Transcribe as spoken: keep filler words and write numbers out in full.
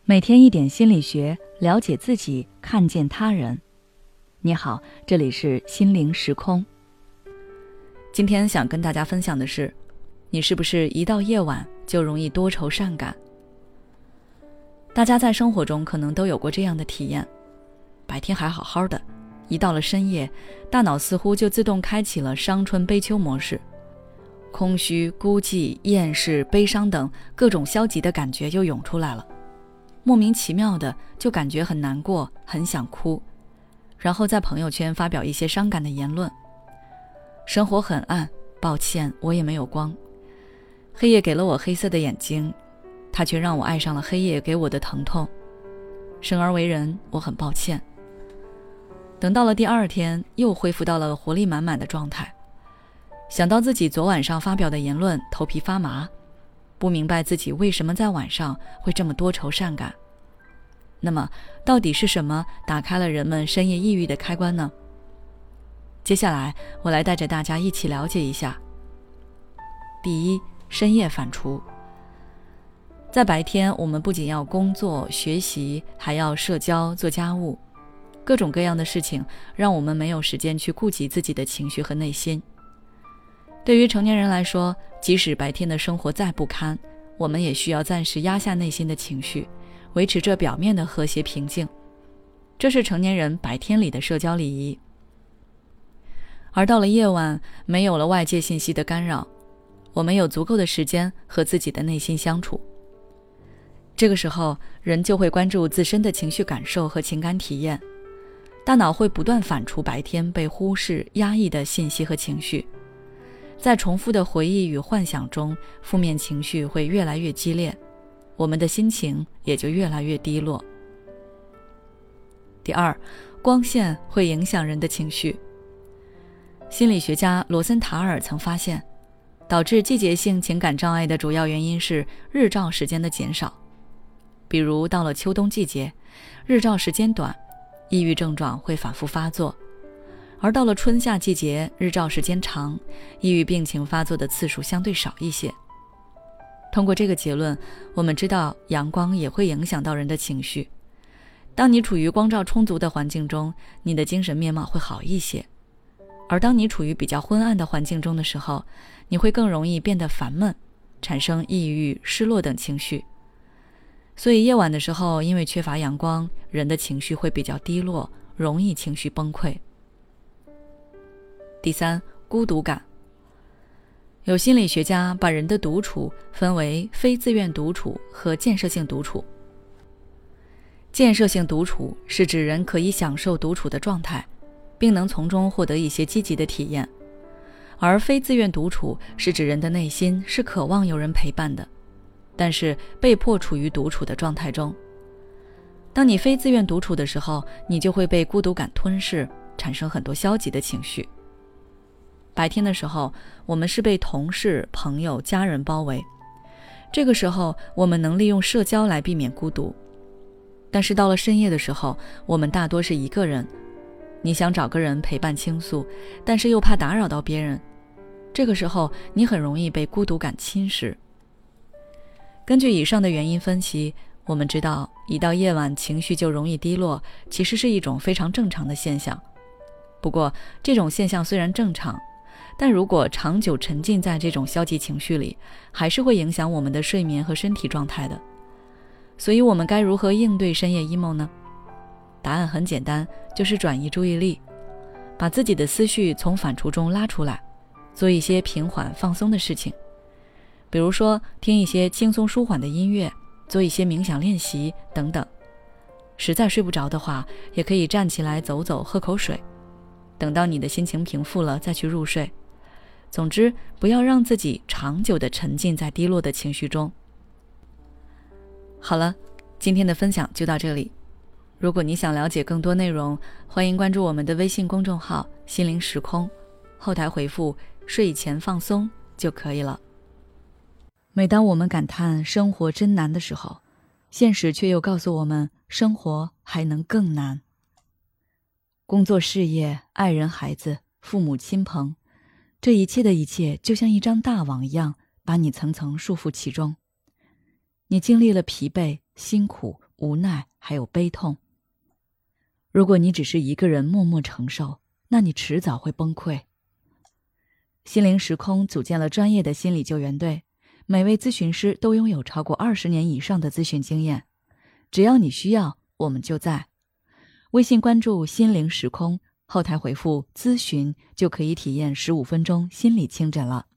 每天一点心理学，了解自己，看见他人。你好，这里是心灵时空。今天想跟大家分享的是，你是不是一到夜晚就容易多愁善感？大家在生活中可能都有过这样的体验，白天还好好的，一到了深夜，大脑似乎就自动开启了伤春悲秋模式，空虚、孤寂、厌世、悲伤等各种消极的感觉又涌出来了，莫名其妙的就感觉很难过，很想哭，然后在朋友圈发表一些伤感的言论。生活很暗，抱歉，我也没有光。黑夜给了我黑色的眼睛，它却让我爱上了黑夜给我的疼痛。生而为人，我很抱歉。等到了第二天，又恢复到了活力满满的状态。想到自己昨晚上发表的言论，头皮发麻，不明白自己为什么在晚上会这么多愁善感。那么，到底是什么打开了人们深夜抑郁的开关呢？接下来，我来带着大家一起了解一下。第一，深夜反刍。在白天，我们不仅要工作、学习，还要社交、做家务，各种各样的事情，让我们没有时间去顾及自己的情绪和内心。对于成年人来说，即使白天的生活再不堪，我们也需要暂时压下内心的情绪，维持着表面的和谐平静。这是成年人白天里的社交礼仪。而到了夜晚，没有了外界信息的干扰，我们有足够的时间和自己的内心相处。这个时候，人就会关注自身的情绪感受和情感体验，大脑会不断反刍白天被忽视、压抑的信息和情绪。在重复的回忆与幻想中，负面情绪会越来越激烈，我们的心情也就越来越低落。第二，光线会影响人的情绪。心理学家罗森塔尔曾发现，导致季节性情感障碍的主要原因是日照时间的减少。比如到了秋冬季节，日照时间短，抑郁症状会反复发作。而到了春夏季节，日照时间长，抑郁病情发作的次数相对少一些。通过这个结论，我们知道阳光也会影响到人的情绪。当你处于光照充足的环境中，你的精神面貌会好一些。而当你处于比较昏暗的环境中的时候，你会更容易变得烦闷，产生抑郁、失落等情绪。所以夜晚的时候，因为缺乏阳光，人的情绪会比较低落，容易情绪崩溃。第三，孤独感。有心理学家把人的独处分为非自愿独处和建设性独处。建设性独处是指人可以享受独处的状态，并能从中获得一些积极的体验。而非自愿独处是指人的内心是渴望有人陪伴的，但是被迫处于独处的状态中。当你非自愿独处的时候，你就会被孤独感吞噬，产生很多消极的情绪。白天的时候，我们是被同事、朋友、家人包围，这个时候我们能利用社交来避免孤独。但是到了深夜的时候，我们大多是一个人，你想找个人陪伴倾诉，但是又怕打扰到别人，这个时候你很容易被孤独感侵蚀。根据以上的原因分析，我们知道一到夜晚情绪就容易低落，其实是一种非常正常的现象。不过这种现象虽然正常，但如果长久沉浸在这种消极情绪里，还是会影响我们的睡眠和身体状态的。所以我们该如何应对深夜 emo 呢？答案很简单，就是转移注意力，把自己的思绪从反刍中拉出来，做一些平缓放松的事情。比如说听一些轻松舒缓的音乐，做一些冥想练习等等。实在睡不着的话，也可以站起来走走，喝口水，等到你的心情平复了再去入睡。总之，不要让自己长久地沉浸在低落的情绪中。好了，今天的分享就到这里。如果你想了解更多内容，欢迎关注我们的微信公众号心灵时空，后台回复睡前放松就可以了。每当我们感叹生活真难的时候，现实却又告诉我们生活还能更难。工作、事业、爱人、孩子、父母亲朋，这一切的一切就像一张大网一样，把你层层束缚其中。你经历了疲惫、辛苦、 无奈，还有悲痛。如果你只是一个人默默承受，那你迟早会崩溃。心灵时空组建了专业的心理救援队，每位咨询师都拥有超过二十年以上的咨询经验。只要你需要，我们就在。微信关注心灵时空，后台回复咨询就可以体验十五分钟心理清诊了。